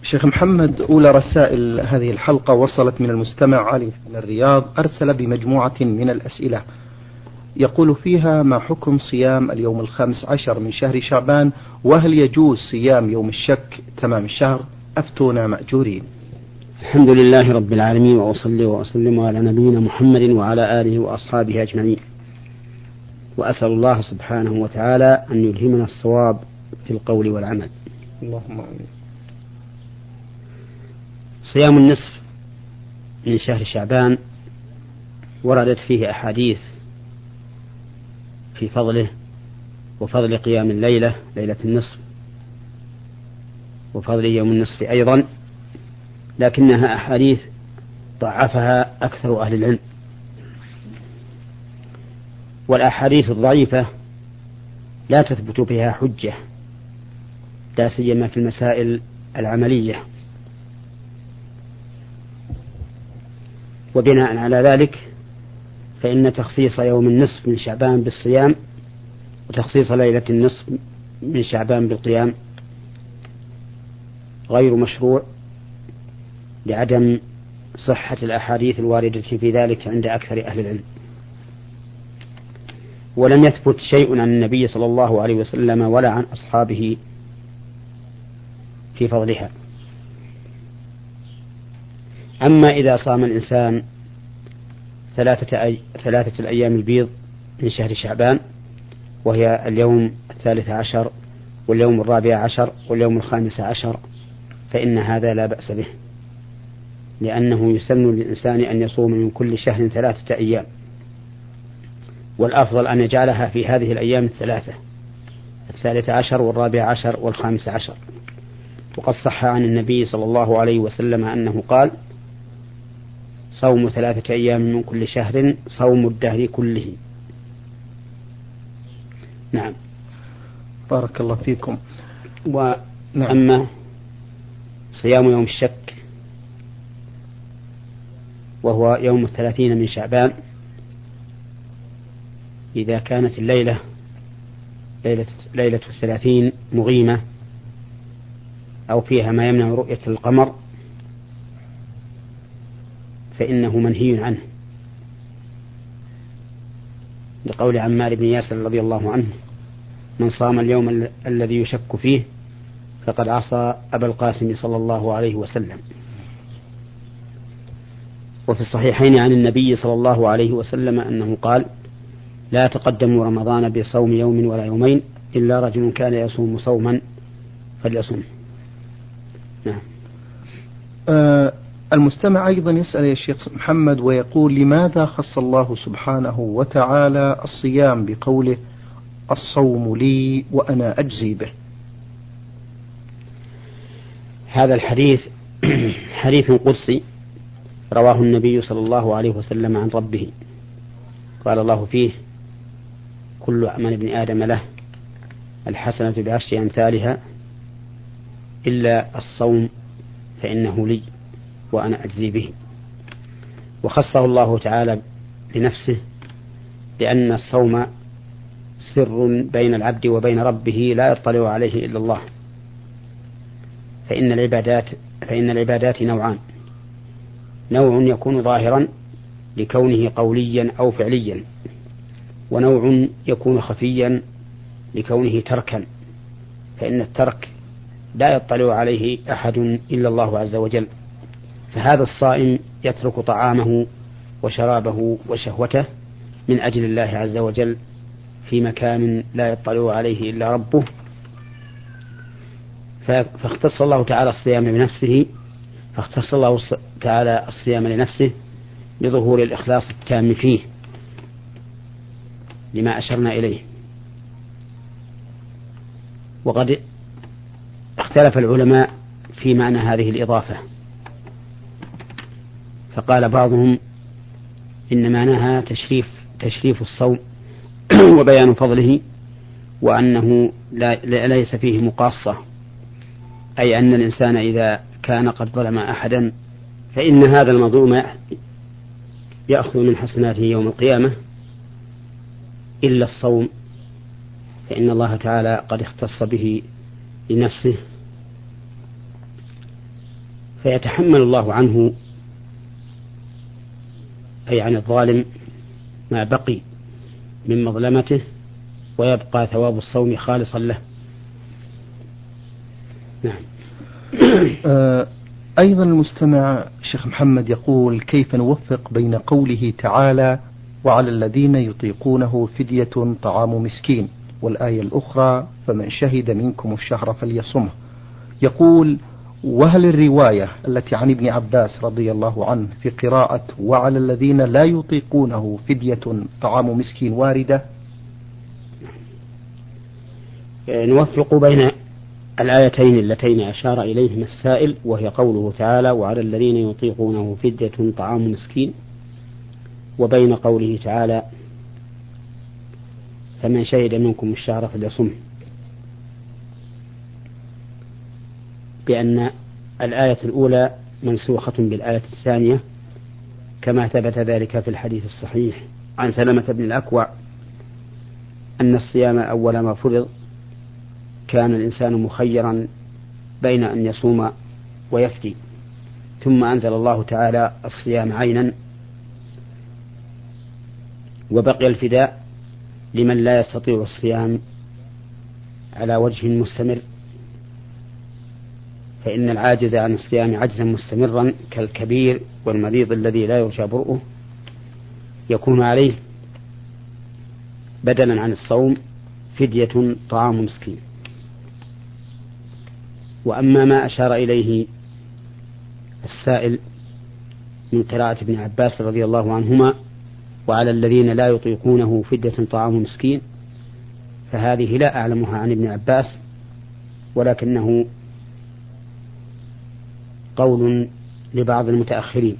شيخ محمد، أولى رسائل هذه الحلقة وصلت من المستمع علي من الرياض، أرسل بمجموعة من الأسئلة يقول فيها: ما حكم صيام اليوم 15 من شهر شعبان؟ وهل يجوز صيام يوم الشك تمام الشهر؟ أفتونا مأجورين. الحمد لله رب العالمين، وأصلي وأسلم على نبينا محمد وعلى آله وأصحابه أجمعين، وأسأل الله سبحانه وتعالى أن يلهمنا الصواب في القول والعمل. اللهم آمين. صيام النصف من شهر شعبان وردت فيه أحاديث في فضله وفضل قيام الليلة، ليلة النصف، وفضل يوم النصف أيضا، لكنها أحاديث ضعفها أكثر أهل العلم. والأحاديث الضعيفة لا تثبت بها حجة، لا سيما في المسائل العملية. وبناء على ذلك فإن تخصيص يوم النصف من شعبان بالصيام وتخصيص ليلة النصف من شعبان بالقيام غير مشروع لعدم صحة الأحاديث الواردة في ذلك عند أكثر أهل العلم. ولم يثبت شيء عن النبي صلى الله عليه وسلم ولا عن أصحابه في فضلها. أما إذا صام الإنسان ثلاثة الأيام البيض من شهر شعبان، وهي اليوم 13 واليوم 14 واليوم 15، فإن هذا لا بأس به، لأنه يسن للإنسان أن يصوم من كل شهر 3 أيام، والأفضل أن يجعلها في هذه الأيام 13 والرابع والخامس عشر. وقد صح عن النبي صلى الله عليه وسلم أنه قال: صوم 3 أيام من كل شهر صوم الدهر كله. نعم. بارك الله فيكم. وأما صيام يوم الشك وهو يوم 30 من شعبان، إذا كانت الليلة ليلة 30 مغيمة أو فيها ما يمنع رؤية القمر فإنه منهي عنه، لقول عمار بن ياسر رضي الله عنه: من صام اليوم الذي يشك فيه فقد عصى أبا القاسم صلى الله عليه وسلم. وفي الصحيحين عن النبي صلى الله عليه وسلم أنه قال: لا تقدموا رمضان بصوم يوم ولا يومين إلا رجل كان يصوم صوما فليصوم. نعم. المستمع أيضا يسأل يا شيخ محمد ويقول: لماذا خص الله سبحانه وتعالى الصيام بقوله: الصوم لي وأنا أجزي به؟ هذا الحديث حديث قدسي رواه النبي صلى الله عليه وسلم عن ربه، قال الله فيه: كل عمل ابن آدم له الحسنة بعشر أمثالها إلا الصوم فإنه لي وأنا أجزي به. وخصه الله تعالى بنفسه، لأن الصوم سر بين العبد وبين ربه لا يطلع عليه إلا الله. فإن العبادات نوعان: نوع يكون ظاهرا لكونه قوليا أو فعليا، ونوع يكون خفيا لكونه تركا، فإن الترك لا يطلع عليه أحد إلا الله عز وجل. فهذا الصائم يترك طعامه وشرابه وشهوته من أجل الله عز وجل في مكان لا يطلع عليه إلا ربه، فاختص الله تعالى الصيام لنفسه لظهور الإخلاص التام فيه لما أشرنا إليه. وقد اختلف العلماء في معنى هذه الإضافة، فقال بعضهم إن معناها تشريف الصوم وبيان فضله، وأنه ليس فيه مقاصة، أي أن الإنسان إذا كان قد ظلم أحدا فإن هذا المظلوم يأخذ من حسناته يوم القيامة إلا الصوم، فإن الله تعالى قد اختص به لنفسه فيتحمل الله عنه أي عن الظالم ما بقي من مظلمته، ويبقى ثواب الصوم خالصا له. نعم. أيضا المستمع شيخ محمد يقول: كيف نوفق بين قوله تعالى: وعلى الذين يطيقونه فدية طعام مسكين، والآية الأخرى: فمن شهد منكم الشهر فليصمه. يقول: وهل الرواية التي عن ابن عباس رضي الله عنه في قراءة وعلى الذين لا يطيقونه فدية طعام مسكين واردة؟ نوفق بين الآيتين اللتين أشار إليهما السائل، وهي قوله تعالى: وعلى الذين يطيقونه فدية طعام مسكين، وبين قوله تعالى: فمن شهد منكم الشهر فليصمه، بأن الآية الأولى منسوخة بالآية الثانية، كما ثبت ذلك في الحديث الصحيح عن سلمة بن الأكوع أن الصيام أول ما فرض كان الإنسان مخيرا بين أن يصوم ويفدي، ثم أنزل الله تعالى الصيام عينا، وبقي الفداء لمن لا يستطيع الصيام على وجه مستمر، فإن العاجز عن الصيام عجزا مستمرا كالكبير والمريض الذي لا يرجى برؤه يكون عليه بدلا عن الصوم فدية طعام مسكين. وأما ما أشار إليه السائل من قراءة ابن عباس رضي الله عنهما: وعلى الذين لا يطيقونه فدية طعام مسكين، فهذه لا أعلمها عن ابن عباس، ولكنه قول لبعض المتأخرين،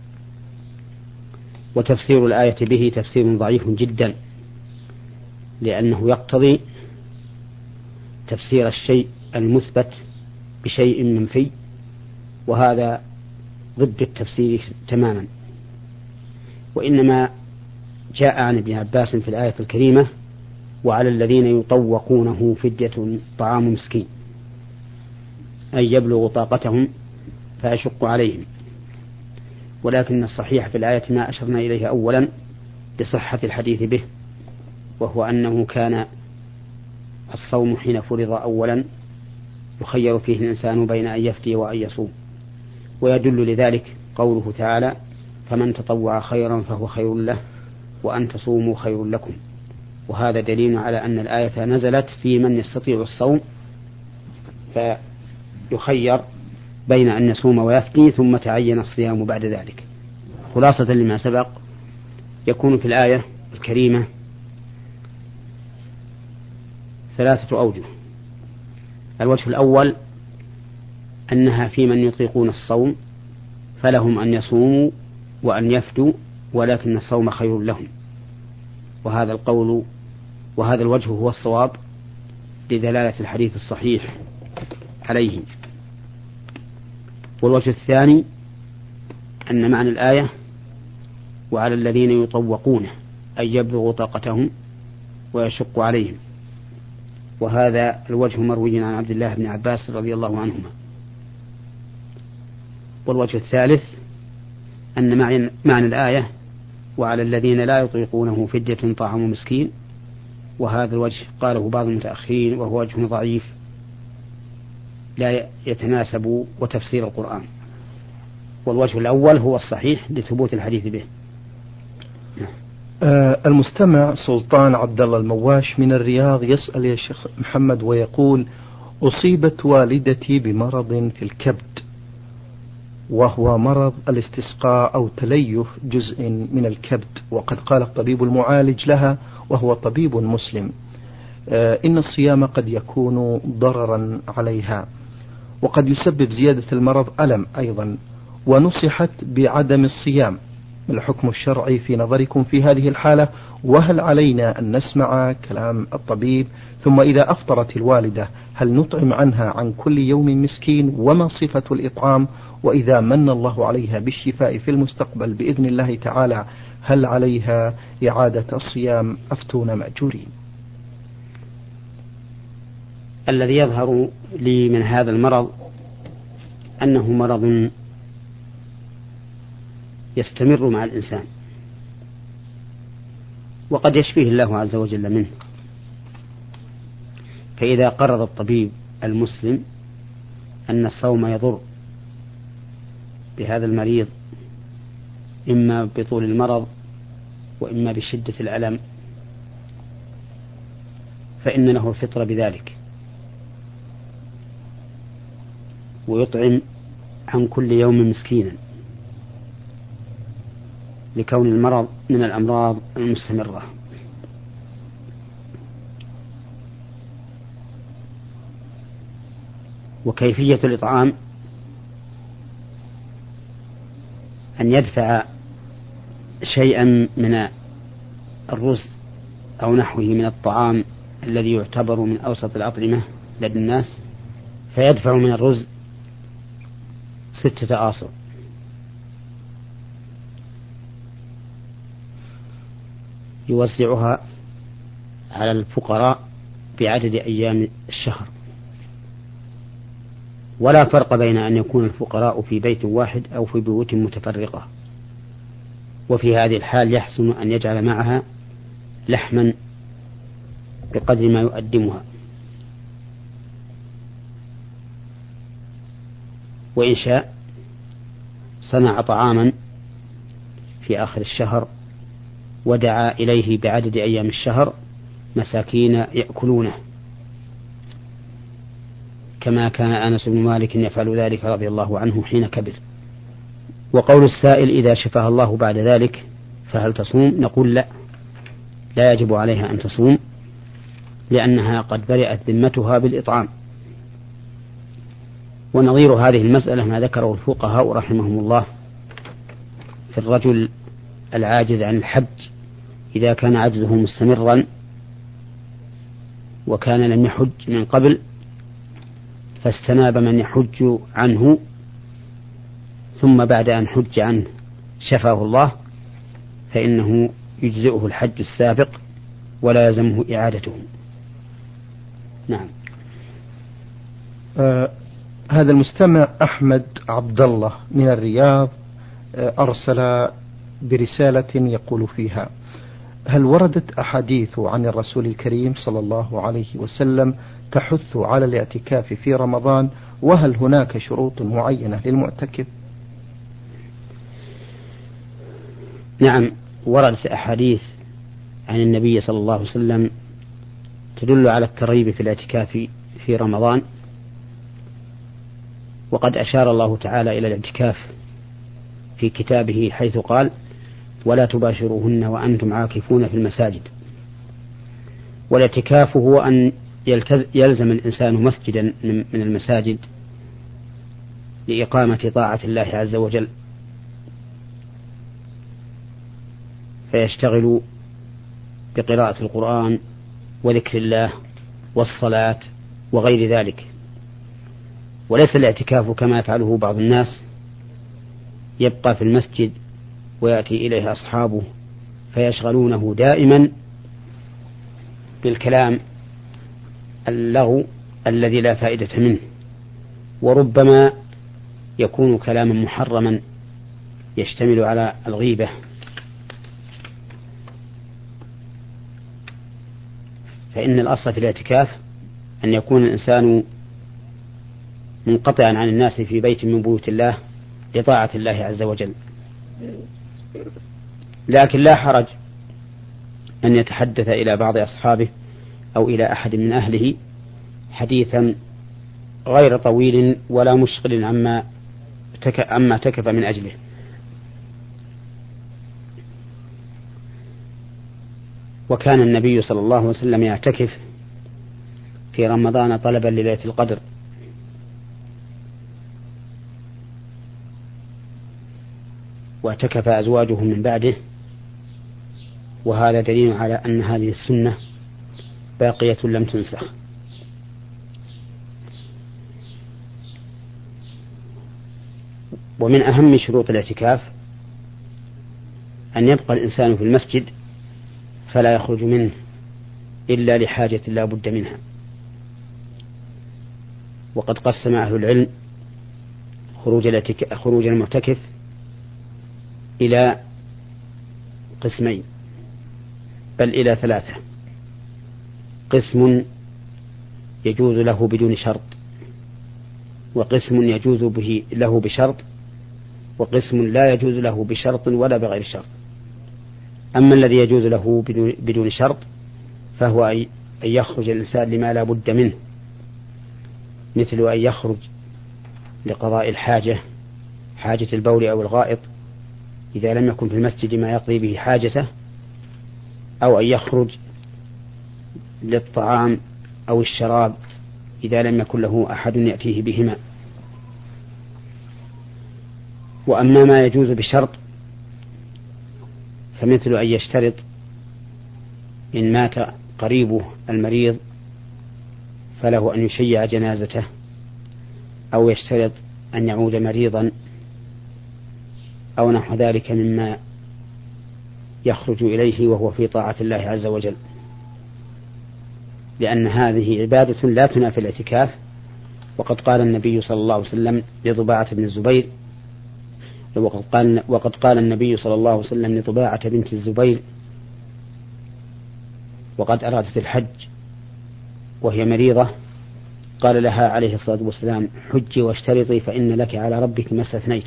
وتفسير الآية به تفسير ضعيف جدا، لأنه يقتضي تفسير الشيء المثبت بشيء منفي، وهذا ضد التفسير تماما. وإنما جاء عن ابن عباس في الآية الكريمة: وعلى الذين يطوقونه فدية طعام مسكين، أي يبلغ طاقتهم فيشق عليهم. ولكن الصحيح في الآية ما أشرنا إليه أولا لصحة الحديث به، وهو أنه كان الصوم حين فرض أولا يخير فيه الإنسان بين أن يفدي وأن يصوم. ويدل لذلك قوله تعالى: فمن تطوع خيرا فهو خير له وأن تصوموا خير لكم. وهذا دليل على أن الآية نزلت في من يستطيع الصوم فيخير بين أن يصوم ويفدي، ثم تعين الصيام بعد ذلك. خلاصة لما سبق، يكون في الآية الكريمة 3 أوجه. الوجه الأول أنها في من يطيقون الصوم فلهم أن يصوموا وأن يفدوا، ولكن الصوم خير لهم، وهذا القول وهذا الوجه هو الصواب لدلالة الحديث الصحيح عليه. والوجه الثاني أن معنى الآية وعلى الذين يطوقونه أي يبلغ طاقتهم ويشق عليهم، وهذا الوجه مروي عن عبد الله بن عباس رضي الله عنهما. والوجه الثالث أن معنى الآية وعلى الذين لا يطيقونه فدية طعام مسكين، وهذا الوجه قاله بعض المتأخرين وهو وجه ضعيف لا يتناسب وتفسير القرآن. والوجه الأول هو الصحيح لثبوت الحديث به. المستمع سلطان عبد الله المواش من الرياض يسأل يا شيخ محمد ويقول: أصيبت والدتي بمرض في الكبد، وهو مرض الاستسقاء أو تليه جزء من الكبد، وقد قال الطبيب المعالج لها وهو طبيب مسلم إن الصيام قد يكون ضررا عليها، وقد يسبب زيادة المرض ألم أيضا، ونصحت بعدم الصيام. ما الحكم الشرعي في نظركم في هذه الحالة؟ وهل علينا أن نسمع كلام الطبيب؟ ثم إذا أفطرت الوالدة هل نطعم عنها عن كل يوم مسكين؟ وما صفة الإطعام؟ وإذا من الله عليها بالشفاء في المستقبل بإذن الله تعالى هل عليها إعادة الصيام؟ أفتون مأجورين. الذي يظهر لي من هذا المرض أنه مرض يستمر مع الإنسان، وقد يشفيه الله عز وجل منه. فإذا قرر الطبيب المسلم أن الصوم يضر بهذا المريض إما بطول المرض وإما بشدة الألم، فإن له الفطر بذلك، ويطعم عن كل يوم مسكينا، لكون المرض من الأمراض المستمرة. وكيفية الإطعام أن يدفع شيئا من الرز أو نحوه من الطعام الذي يعتبر من أوسط الأطعمة لدى الناس، فيدفع من الرز 6 آصع، يوزعها على الفقراء بعدد أيام الشهر. ولا فرق بين أن يكون الفقراء في بيت واحد أو في بيوت متفرقة، وفي هذه الحال يحسن أن يجعل معها لحما بقدر ما يقدمها، وإن شاء صنع طعاما في آخر الشهر ودعا إليه بعدد أيام الشهر مساكين يأكلونه، كما كان أنس بن مالك يفعل ذلك رضي الله عنه حين كبر. وقول السائل إذا شفاها الله بعد ذلك فهل تصوم؟ نقول لا يجب عليها أن تصوم، لأنها قد برئت ذمتها بالإطعام. ونظير هذه المسألة ما ذكره الفقهاء رحمهم الله في الرجل العاجز عن الحج إذا كان عجزه مستمرا وكان لم يحج من قبل، فاستناب من يحج عنه، ثم بعد أن حج عنه شفاه الله، فإنه يجزئه الحج السابق ولا يلزمه إعادته. نعم. هذا المستمع أحمد عبد الله من الرياض أرسل برسالة يقول فيها: هل وردت أحاديث عن الرسول الكريم صلى الله عليه وسلم تحث على الاعتكاف في رمضان؟ وهل هناك شروط معينة للمعتكف؟ نعم، وردت أحاديث عن النبي صلى الله عليه وسلم تدل على الترغيب في الاعتكاف في رمضان، وقد أشار الله تعالى إلى الاعتكاف في كتابه حيث قال: ولا تباشروهن وأنتم عاكفون في المساجد. والاعتكاف هو أن يلزم الإنسان مسجدا من المساجد لإقامة طاعة الله عز وجل، فيشتغل بقراءة القرآن وذكر الله والصلاة وغير ذلك. وليس الاعتكاف كما يفعله بعض الناس، يبقى في المسجد ويأتي إليه أصحابه فيشغلونه دائما بالكلام اللغو الذي لا فائدة منه، وربما يكون كلاما محرما يشتمل على الغيبة. فإن الأصل في الاعتكاف أن يكون الإنسان منقطعا عن الناس في بيت من بيوت الله لطاعة الله عز وجل. لكن لا حرج أن يتحدث إلى بعض أصحابه أو إلى أحد من أهله حديثا غير طويل ولا مشغل عما تكف من أجله. وكان النبي صلى الله عليه وسلم يعتكف في رمضان طلبا لليلة القدر، واعتكف أزواجه من بعده، وهذا دليل على أن هذه السنة باقية لم تنسخ. ومن أهم شروط الاعتكاف أن يبقى الإنسان في المسجد فلا يخرج منه إلا لحاجة لا بد منها. وقد قسم أهل العلم خروج المعتكف إلى قسمين، بل إلى ثلاثة. قسم يجوز له بدون شرط، وقسم يجوز له بشرط، وقسم لا يجوز له بشرط ولا بغير شرط. أما الذي يجوز له بدون شرط فهو أن يخرج الإنسان لما لا بد منه، مثل أن يخرج لقضاء الحاجة، حاجة البول أو الغائط إذا لم يكن في المسجد ما يقضي به حاجته، أو أن يخرج للطعام أو الشراب إذا لم يكن له أحد يأتيه بهما. وأما ما يجوز بشرط فمثل أن يشترط إن مات قريبه المريض فله أن يشيع جنازته، أو يشترط أن يعود مريضا، أو نحو ذلك مما يخرج إليه وهو في طاعة الله عز وجل، لأن هذه عبادة لا تنافي الاعتكاف. وقد قال النبي صلى الله عليه وسلم لضباعة بن الزبير، وقد قال النبي صلى الله عليه وسلم لضباعة بنت الزبير وقد أرادت الحج وهي مريضة، قال لها عليه الصلاة والسلام: حجي واشترطي فإن لك على ربك ما استثنيت.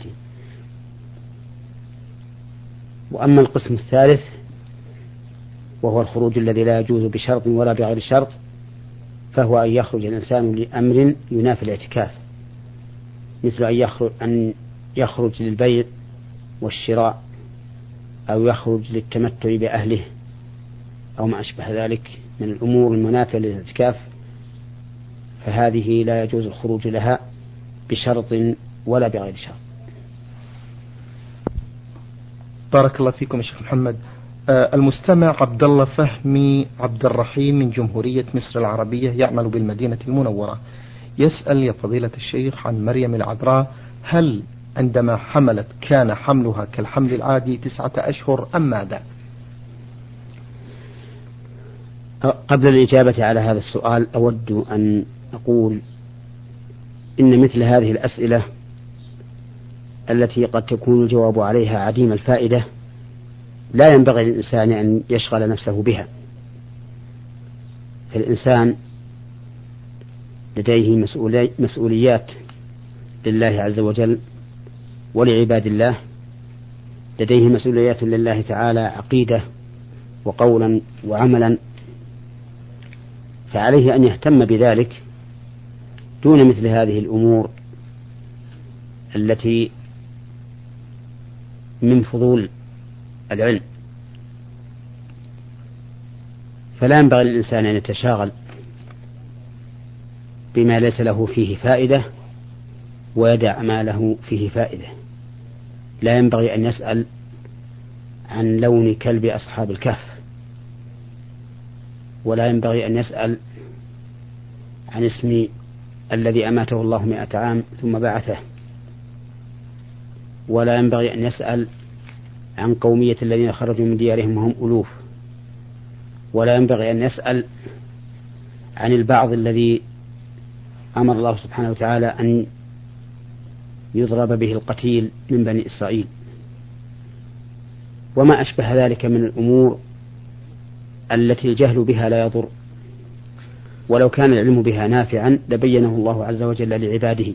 وأما القسم الثالث وهو الخروج الذي لا يجوز بشرط ولا بغير شرط، فهو أن يخرج الإنسان لأمر ينافي الاعتكاف، مثل أن يخرج للبيع والشراء، أو يخرج للتمتع بأهله، أو ما أشبه ذلك من الأمور المنافية للاعتكاف، فهذه لا يجوز الخروج لها بشرط ولا بغير شرط. بارك الله فيكم يا شيخ محمد. المستمع عبد الله فهمي عبد الرحيم من جمهورية مصر العربية يعمل بالمدينة المنورة، يسأل: يا فضيلة الشيخ، عن مريم العذراء، هل عندما حملت كان حملها كالحمل العادي 9 أشهر أم ماذا؟ قبل الإجابة على هذا السؤال أود أن أقول إن مثل هذه الأسئلة التي قد تكون الجواب عليها عديم الفائدة لا ينبغي للإنسان أن يشغل نفسه بها. فالإنسان لديه مسؤوليات لله عز وجل ولعباد الله، لديه مسؤوليات لله تعالى عقيدة وقولا وعملا، فعليه أن يهتم بذلك دون مثل هذه الأمور التي من فضول العلم. فلا ينبغي للإنسان أن يتشاغل بما ليس له فيه فائدة ويدع ما له فيه فائدة. لا ينبغي أن يسأل عن لون كلب أصحاب الكهف، ولا ينبغي أن يسأل عن اسم الذي أماته الله 100 عام ثم بعثه، ولا ينبغي أن يسأل عن قومية الذين خرجوا من ديارهم وهم ألوف، ولا ينبغي أن يسأل عن البعض الذي أمر الله سبحانه وتعالى أن يضرب به القتيل من بني إسرائيل، وما أشبه ذلك من الأمور التي الجهل بها لا يضر، ولو كان العلم بها نافعا لبينه الله عز وجل لعباده.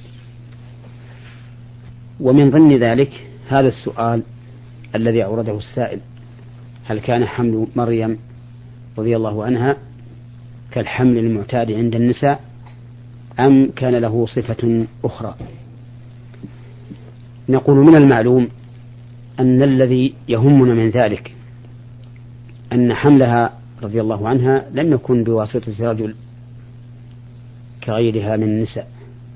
ومن ضمن ذلك هذا السؤال الذي أورده السائل: هل كان حمل مريم رضي الله عنها كالحمل المعتاد عند النساء أم كان له صفة أخرى؟ نقول من المعلوم أن الذي يهمنا من ذلك أن حملها رضي الله عنها لم يكن بواسطة رجل كغيرها من النساء،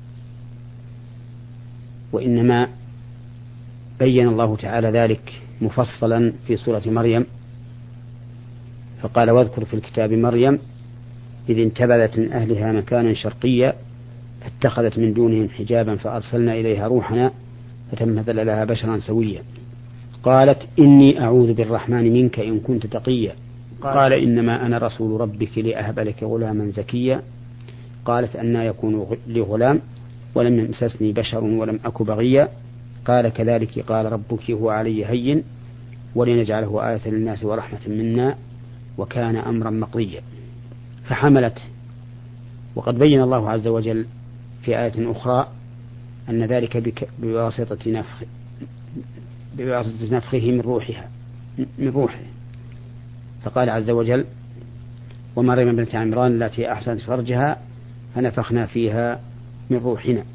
وإنما بين الله تعالى ذلك مفصلا في سورة مريم، فقال: واذكر في الكتاب مريم إذ انتبذت من أهلها مكانا شرقيا فاتخذت من دونهم حجابا فأرسلنا إليها روحنا فتمثل لها بشرا سويا قالت إني أعوذ بالرحمن منك إن كنت تقيا قال إنما أنا رسول ربك لأهب لك غلاما زكيا قالت أنى يكون لي غلام ولم يمسسني بشر ولم أك بغيا قال كذلك قال ربك هو علي هين ولنجعله آية للناس ورحمة منا وكان أمرا مقضيا. فحملته. وقد بين الله عز وجل في آية أخرى أن ذلك بواسطة نفخه من روحه فقال عز وجل ومريم بنت عمران التي أحسنت فرجها فنفخنا فيها من روحنا.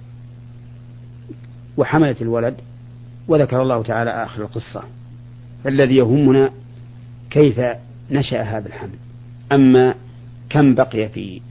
وحملت الولد وذكر الله تعالى آخر القصة. الذي يهمنا كيف نشأ هذا الحمل، أما كم بقي في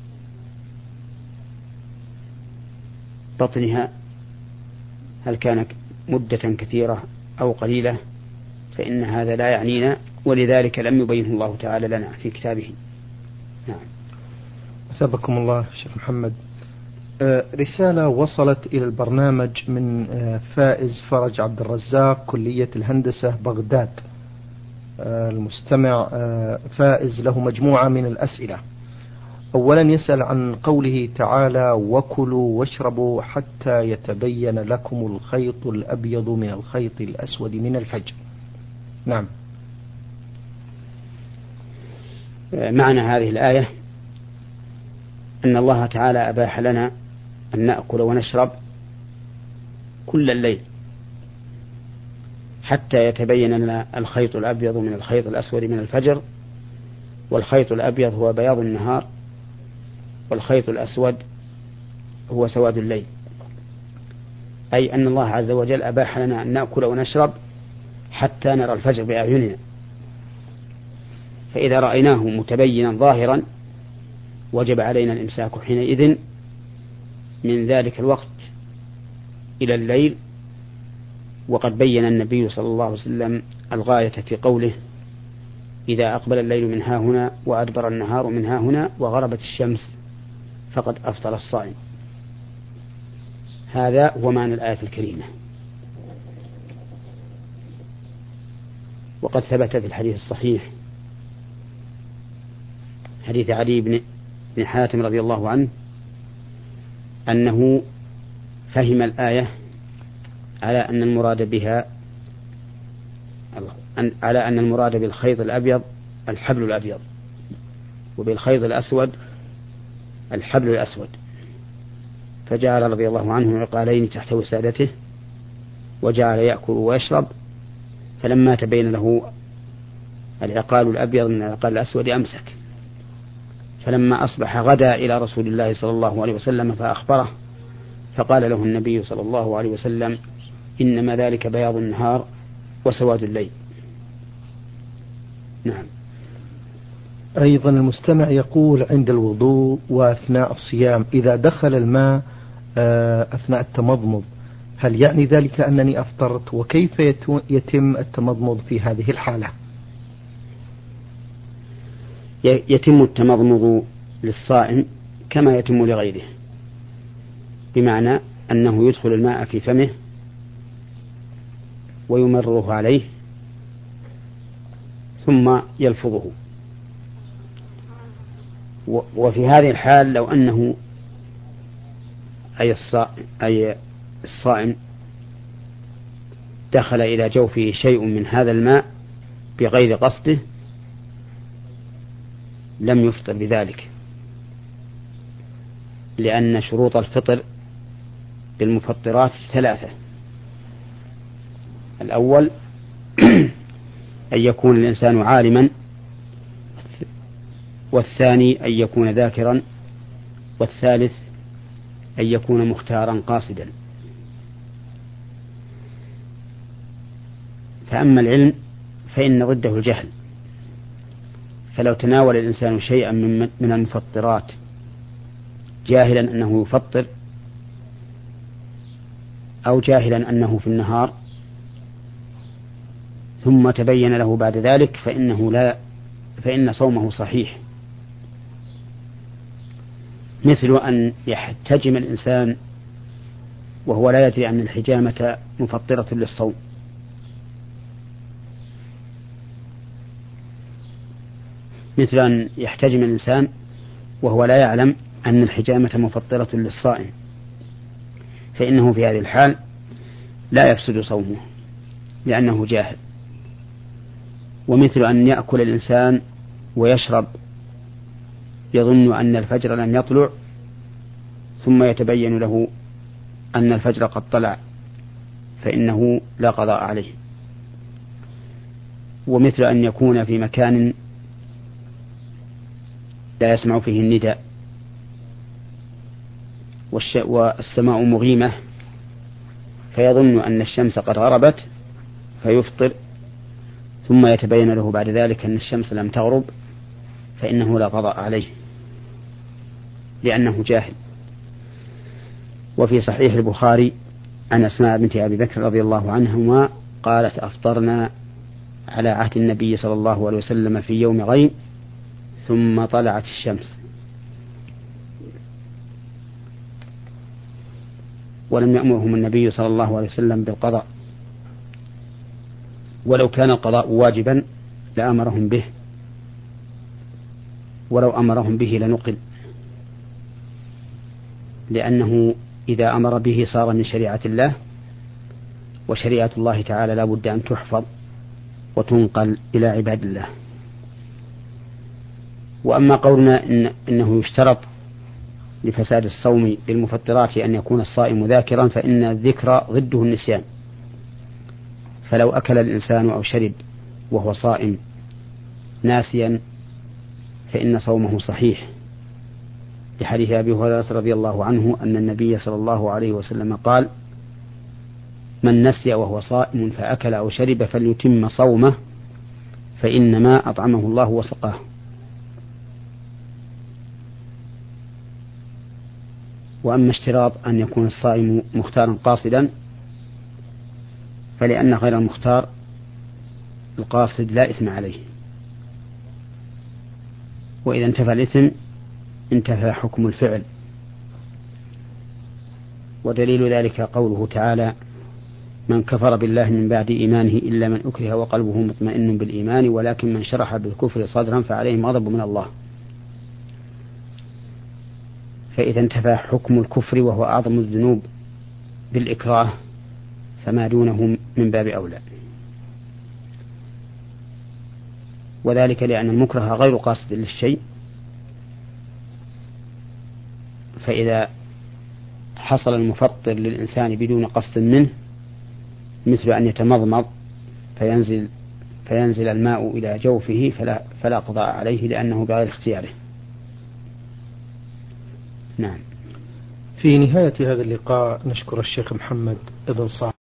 بطنها، هل كان مدة كثيرة أو قليلة، فإن هذا لا يعنينا، ولذلك لم يبينه الله تعالى لنا في كتابه. نعم. أثابكم الله شيخ محمد. رسالة وصلت إلى البرنامج من فائز فرج عبد الرزاق كلية الهندسة بغداد. المستمع فائز له مجموعة من الأسئلة. أولا يسأل عن قوله تعالى وكلوا واشربوا حتى يتبين لكم الخيط الأبيض من الخيط الأسود من الفجر. نعم. معنى هذه الآية أن الله تعالى أباح لنا أن نأكل ونشرب كل الليل حتى يتبين لنا الخيط الأبيض من الخيط الأسود من الفجر. والخيط الأبيض هو بياض النهار، والخيط الأسود هو سواد الليل. أي أن الله عز وجل أباح لنا أن نأكل ونشرب حتى نرى الفجر بأعيننا، فإذا رأيناه متبينا ظاهرا وجب علينا الإمساك حينئذ من ذلك الوقت إلى الليل. وقد بين النبي صلى الله عليه وسلم الغاية في قوله إذا أقبل الليل من ها هنا وأدبر النهار من ها هنا وغربت الشمس فقد أفطر الصائم. هذا هو معنى الآية الكريمة. وقد ثبت في الحديث الصحيح حديث علي بن حاتم رضي الله عنه أنه فهم الآية على أن المراد بالخيط الأبيض الحبل الأبيض، وبالخيط الأسود الحبل الأسود، فجعل رضي الله عنه عقالين تحت وسادته وجعل يأكل ويشرب، فلما تبين له العقال الأبيض من العقال الأسود أمسك. فلما أصبح غدا إلى رسول الله صلى الله عليه وسلم فأخبره، فقال له النبي صلى الله عليه وسلم إنما ذلك بياض النهار وسواد الليل. نعم. أيضا المستمع يقول عند الوضوء وأثناء الصيام إذا دخل الماء أثناء التمضمض هل يعني ذلك أنني أفطرت، وكيف يتم التمضمض في هذه الحالة؟ يتم التمضمض للصائم كما يتم لغيره، بمعنى أنه يدخل الماء في فمه ويمرره عليه ثم يلفظه. وفي هذه الحال لو أنه أي الصائم دخل إلى جوفه شيء من هذا الماء بغير قصده لم يفطر بذلك، لأن شروط الفطر بالمفطرات ثلاثة: الأول أن يكون الإنسان عالما، والثاني أن يكون ذاكرا، والثالث أن يكون مختارا قاصدا. فأما العلم فإن ضده الجهل، فلو تناول الإنسان شيئا من المفطرات جاهلا أنه يفطر أو جاهلا أنه في النهار ثم تبين له بعد ذلك فإن صومه صحيح، مثل أن يحتجم الإنسان وهو لا يدري أن الحجامة مفطرة للصوم، مثل أن يحتجم الإنسان وهو لا يعلم أن الحجامة مفطرة للصائم، فإنه في هذه الحال لا يفسد صومه لأنه جاهل. ومثل أن يأكل الإنسان ويشرب يظن أن الفجر لم يطلع ثم يتبين له أن الفجر قد طلع فإنه لا قضاء عليه. ومثل أن يكون في مكان لا يسمع فيه النداء والسماء مغيمة فيظن أن الشمس قد غربت فيفطر ثم يتبين له بعد ذلك أن الشمس لم تغرب فإنه لا قضاء عليه لأنه جاهل. وفي صحيح البخاري عن أسماء بنت أبي بكر رضي الله عنهما قالت أفطرنا على عهد النبي صلى الله عليه وسلم في يوم غيم ثم طلعت الشمس ولم يأمرهم النبي صلى الله عليه وسلم بالقضاء، ولو كان القضاء واجبا لأمرهم به، ولو أمرهم به لنقل، لأنه إذا أمر به صار من شريعة الله، وشريعة الله تعالى لا بد أن تحفظ وتنقل إلى عباد الله. وأما قولنا إنه يشترط لفساد الصوم للمفطرات أن يكون الصائم ذاكرا، فإن الذكر ضده النسيان، فلو أكل الإنسان أو شرب وهو صائم ناسيا فإن صومه صحيح، لحديث أبي هريرة رضي الله عنه أن النبي صلى الله عليه وسلم قال: من نسي وهو صائم فأكل أو شرب فليتم صومه فإنما أطعمه الله وسقاه. وأما اشتراط أن يكون الصائم مختارا قاصدا فلأن غير المختار القاصد لا إثم عليه، وإذا انتفى الإثم انتفى حكم الفعل. ودليل ذلك قوله تعالى: من كفر بالله من بعد إيمانه إلا من أكره وقلبه مطمئن بالإيمان ولكن من شرح بالكفر صدرا فعليهم غضب من الله. فإذا انتفى حكم الكفر وهو أعظم الذنوب بالإكراه فما دونه من باب أولى، وذلك لأن المكره غير قاصد للشيء، فإذا حصل المفطر للإنسان بدون قصد منه مثل أن يتمضمض فينزل الماء إلى جوفه فلا قضاء عليه لأنه بغير اختياره. نعم. في نهاية هذا اللقاء نشكر الشيخ محمد بن صالح